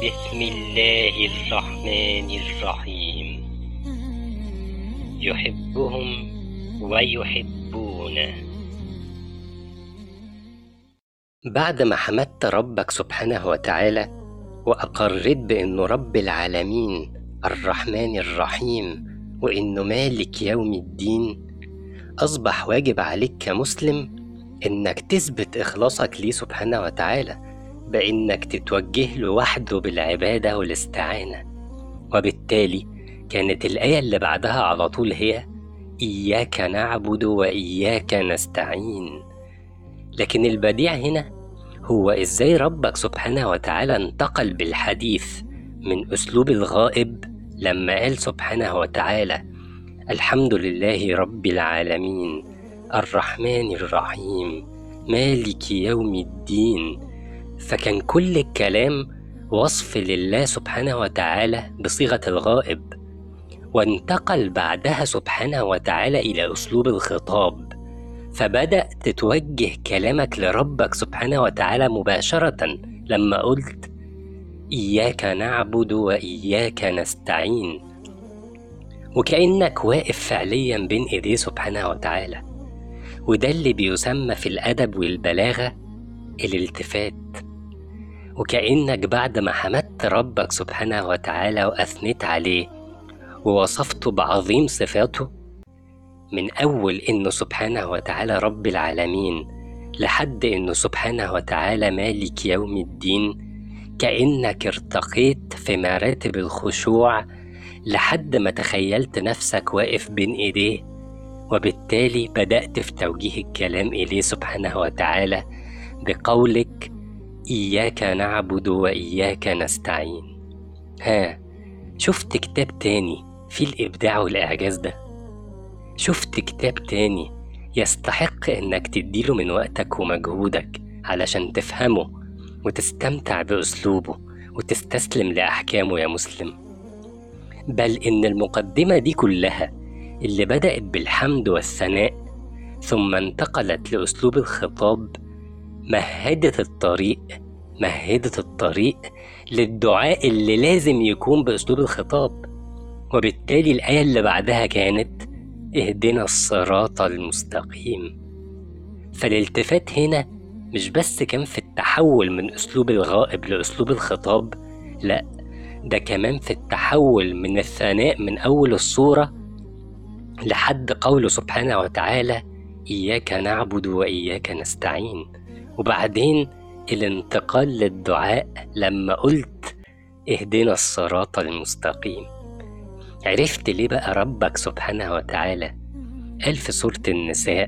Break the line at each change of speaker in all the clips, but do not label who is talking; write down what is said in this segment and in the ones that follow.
بسم الله الرحمن الرحيم. يحبهم ويحبونه. بعد ما حمدت ربك سبحانه وتعالى وأقرت بأنه رب العالمين الرحمن الرحيم وإنه مالك يوم الدين، أصبح واجب عليك كمسلم إنك تثبت إخلاصك ليه سبحانه وتعالى بإنك تتوجه له وحده بالعبادة والاستعانة. وبالتالي كانت الآية اللي بعدها على طول هي إياك نعبد وإياك نستعين. لكن البديع هنا هو إزاي ربك سبحانه وتعالى انتقل بالحديث من أسلوب الغائب لما قال سبحانه وتعالى الحمد لله رب العالمين الرحمن الرحيم مالك يوم الدين، فكان كل الكلام وصف لله سبحانه وتعالى بصيغة الغائب، وانتقل بعدها سبحانه وتعالى إلى أسلوب الخطاب، فبدأ تتوجه كلامك لربك سبحانه وتعالى مباشرة لما قلت إياك نعبد وإياك نستعين، وكأنك واقف فعليا بين إيديه سبحانه وتعالى. وده اللي بيسمى في الأدب والبلاغة الالتفات. وكأنك بعد ما حمدت ربك سبحانه وتعالى وأثنيت عليه ووصفته بعظيم صفاته، من أول إنه سبحانه وتعالى رب العالمين لحد إنه سبحانه وتعالى مالك يوم الدين، كأنك ارتقيت في مراتب الخشوع لحد ما تخيلت نفسك واقف بين إيديه، وبالتالي بدأت في توجيه الكلام إليه سبحانه وتعالى بقولك إياك نعبد وإياك نستعين. شفت كتاب تاني في الإبداع والإعجاز ده؟ شفت كتاب تاني يستحق إنك تديله من وقتك ومجهودك علشان تفهمه وتستمتع بأسلوبه وتستسلم لأحكامه يا مسلم؟ بل إن المقدمة دي كلها اللي بدأت بالحمد والثناء ثم انتقلت لأسلوب الخطاب مهدت الطريق للدعاء اللي لازم يكون بأسلوب الخطاب. وبالتالي الآية اللي بعدها كانت اهدنا الصراط المستقيم. فالالتفات هنا مش بس كان في التحول من أسلوب الغائب لأسلوب الخطاب، لا، ده كمان في التحول من الثناء من أول الصورة لحد قوله سبحانه وتعالى إياك نعبد وإياك نستعين، وبعدين الانتقال للدعاء لما قلت اهدنا الصراط المستقيم. عرفت ليه بقى ربك سبحانه وتعالى قال في سورة النساء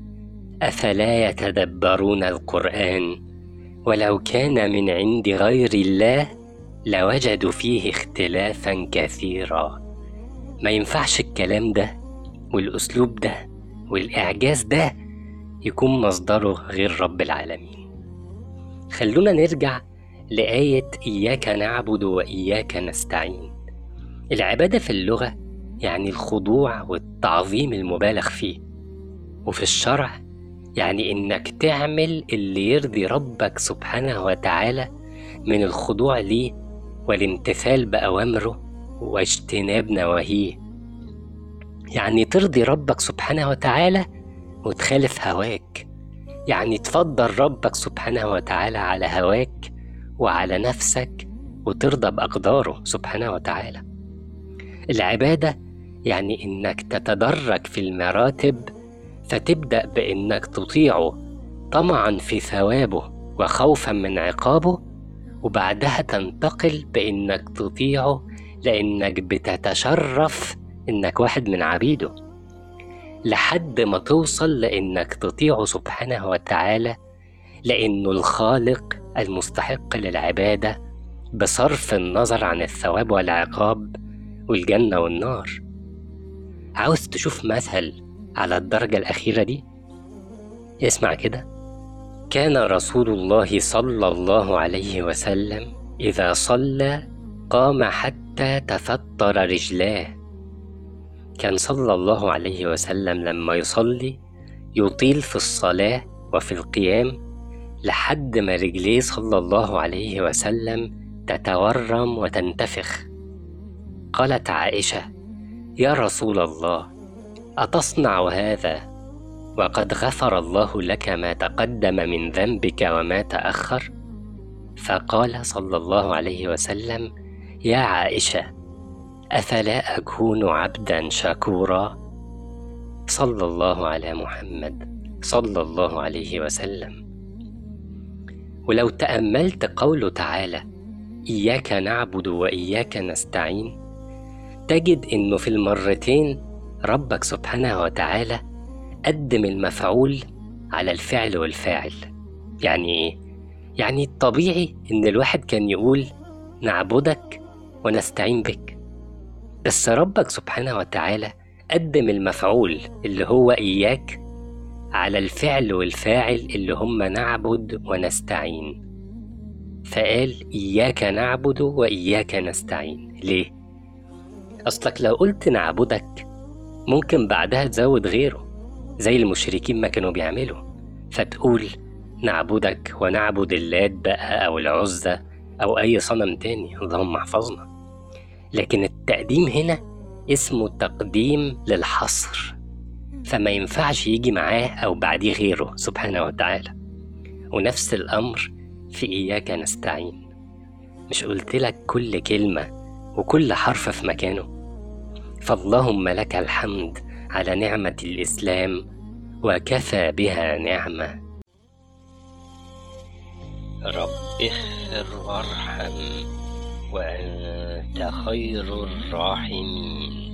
أفلا يتدبرون القرآن ولو كان من عند غير الله لوجدوا فيه اختلافا كثيرا؟ ما ينفعش الكلام ده والأسلوب ده والإعجاز ده يكون مصدره غير رب العالمين. خلونا نرجع لآية إياك نعبد وإياك نستعين. العبادة في اللغة يعني الخضوع والتعظيم المبالغ فيه، وفي الشرع يعني إنك تعمل اللي يرضي ربك سبحانه وتعالى من الخضوع ليه والامتثال بأوامره واجتناب نواهيه. يعني ترضي ربك سبحانه وتعالى وتخالف هواك، يعني تفضل ربك سبحانه وتعالى على هواك وعلى نفسك وترضى بأقداره سبحانه وتعالى. العبادة يعني إنك تتدرج في المراتب، فتبدأ بإنك تطيعه طمعا في ثوابه وخوفا من عقابه، وبعدها تنتقل بإنك تطيعه لأنك بتتشرف إنك واحد من عبيده، لحد ما توصل لإنك تطيعه سبحانه وتعالى لأنه الخالق المستحق للعبادة بصرف النظر عن الثواب والعقاب والجنة والنار. عاوز تشوف مثل على الدرجة الأخيرة دي؟ اسمع كده. كان رسول الله صلى الله عليه وسلم إذا صلى قام حتى تفطر رجلاه. كان صلى الله عليه وسلم لما يصلي يطيل في الصلاة وفي القيام لحد ما رجليه صلى الله عليه وسلم تتورم وتنتفخ. قالت عائشة: يا رسول الله، أتصنع هذا وقد غفر الله لك ما تقدم من ذنبك وما تأخر؟ فقال صلى الله عليه وسلم: يا عائشة، أفلا أكون عبدا شكورا؟ صلى الله على محمد صلى الله عليه وسلم. ولو تأملت قوله تعالى: إياك نعبد وإياك نستعين، تجد إنه في المرتين ربك سبحانه وتعالى قدم المفعول على الفعل والفاعل. يعني إيه؟ يعني الطبيعي إن الواحد كان يقول نعبدك ونستعين بك، بس ربك سبحانه وتعالى قدم المفعول اللي هو إياك على الفعل والفاعل اللي هم نعبد ونستعين، فقال إياك نعبد وإياك نستعين. ليه؟ أصلك لو قلت نعبدك ممكن بعدها تزود غيره زي المشركين ما كانوا بيعملوا، فتقول نعبدك ونعبد اللات بقى أو العزة أو أي صنم تاني، اللهم احفظنا. لكن التقديم هنا اسمه تقديم للحصر، فما ينفعش يجي معاه أو بعديه غيره سبحانه وتعالى. ونفس الأمر في إياك نستعين. مش قلت لك كل كلمة وكل حرف في مكانه؟ فاللهم لك الحمد على نعمة الإسلام وكفى بها نعمة. رب اغفر وارحم وأنت خير الراحمين.